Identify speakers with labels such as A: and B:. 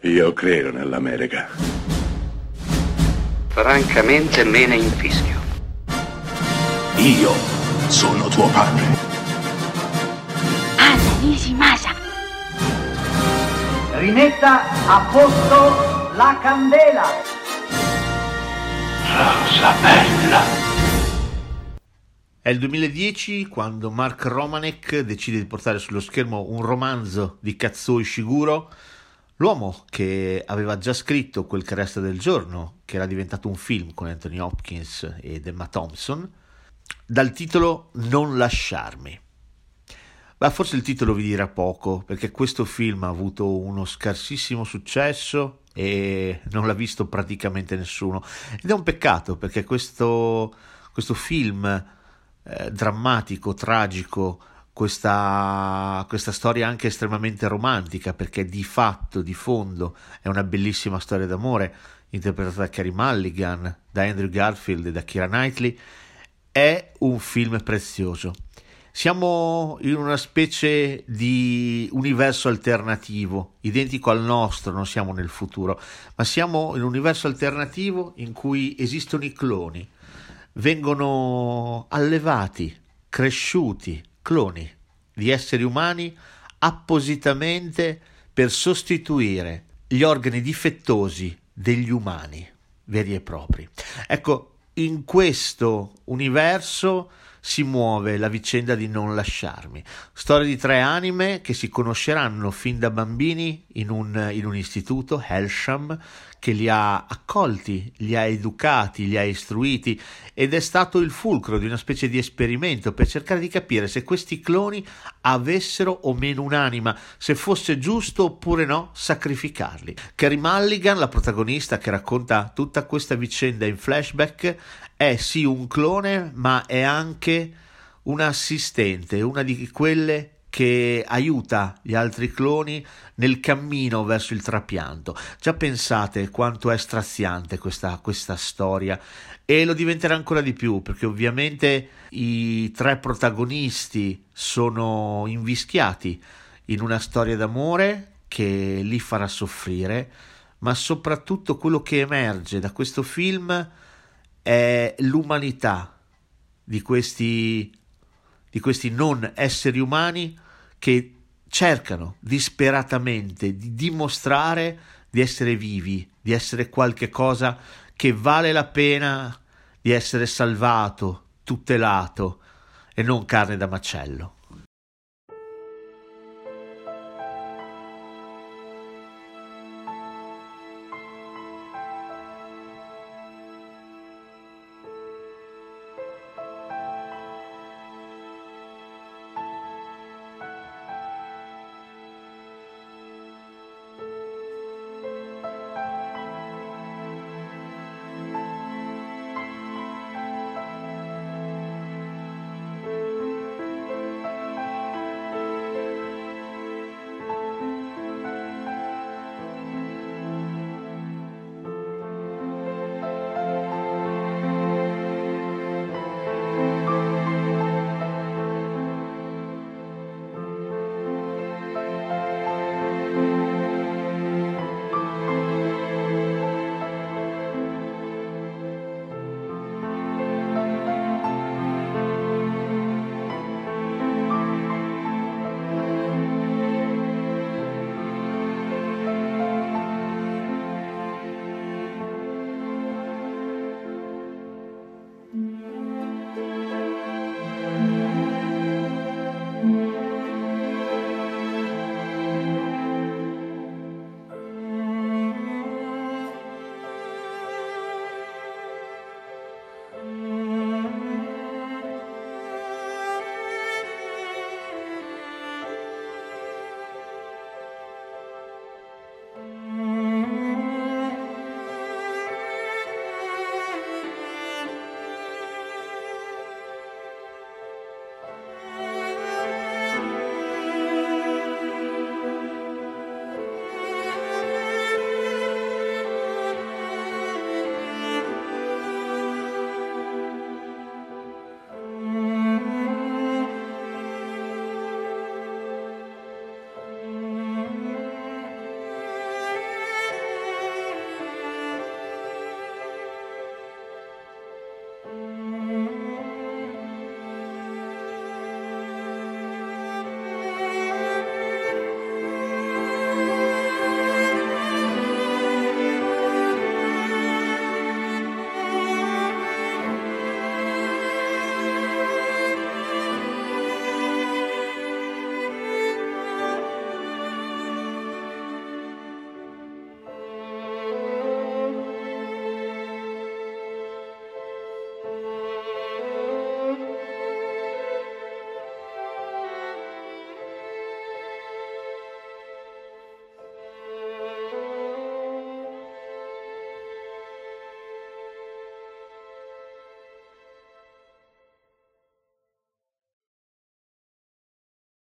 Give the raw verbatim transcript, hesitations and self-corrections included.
A: Io credo nell'America.
B: Francamente me ne infischio.
C: Io sono tuo padre.
D: Anna Nishimasa.
E: Rimetta a posto la candela.
C: Rosa bella.
F: È il duemiladieci quando Mark Romanek decide di portare sullo schermo un romanzo di Kazuo Ishiguro, l'uomo che aveva già scritto Quel che resta del giorno, che era diventato un film con Anthony Hopkins ed Emma Thompson, dal titolo Non lasciarmi. Ma forse il titolo vi dirà poco, perché questo film ha avuto uno scarsissimo successo e non l'ha visto praticamente nessuno. Ed è un peccato, perché questo, questo film eh, drammatico, tragico, questa, questa storia anche estremamente romantica, perché di fatto, di fondo, è una bellissima storia d'amore, interpretata da Carey Mulligan, da Andrew Garfield e da Keira Knightley, è un film prezioso. Siamo in una specie di universo alternativo, identico al nostro, non siamo nel futuro, ma siamo in un universo alternativo in cui esistono i cloni, vengono allevati, cresciuti, cloni di esseri umani appositamente per sostituire gli organi difettosi degli umani veri e propri. Ecco, in questo universo si muove la vicenda di Non lasciarmi, storia di tre anime che si conosceranno fin da bambini in un, in un istituto, Helsham, che li ha accolti, li ha educati, li ha istruiti, ed è stato il fulcro di una specie di esperimento per cercare di capire se questi cloni avessero o meno un'anima, se fosse giusto oppure no sacrificarli. Carey Mulligan, la protagonista che racconta tutta questa vicenda in flashback, è sì un clone, ma è anche un'assistente, una di quelle che aiuta gli altri cloni nel cammino verso il trapianto. Già pensate quanto è straziante questa, questa storia, e lo diventerà ancora di più, perché ovviamente i tre protagonisti sono invischiati in una storia d'amore che li farà soffrire, ma soprattutto quello che emerge da questo film è l'umanità di questi, di questi non esseri umani che cercano disperatamente di dimostrare di essere vivi, di essere qualche cosa che vale la pena di essere salvato, tutelato e non carne da macello.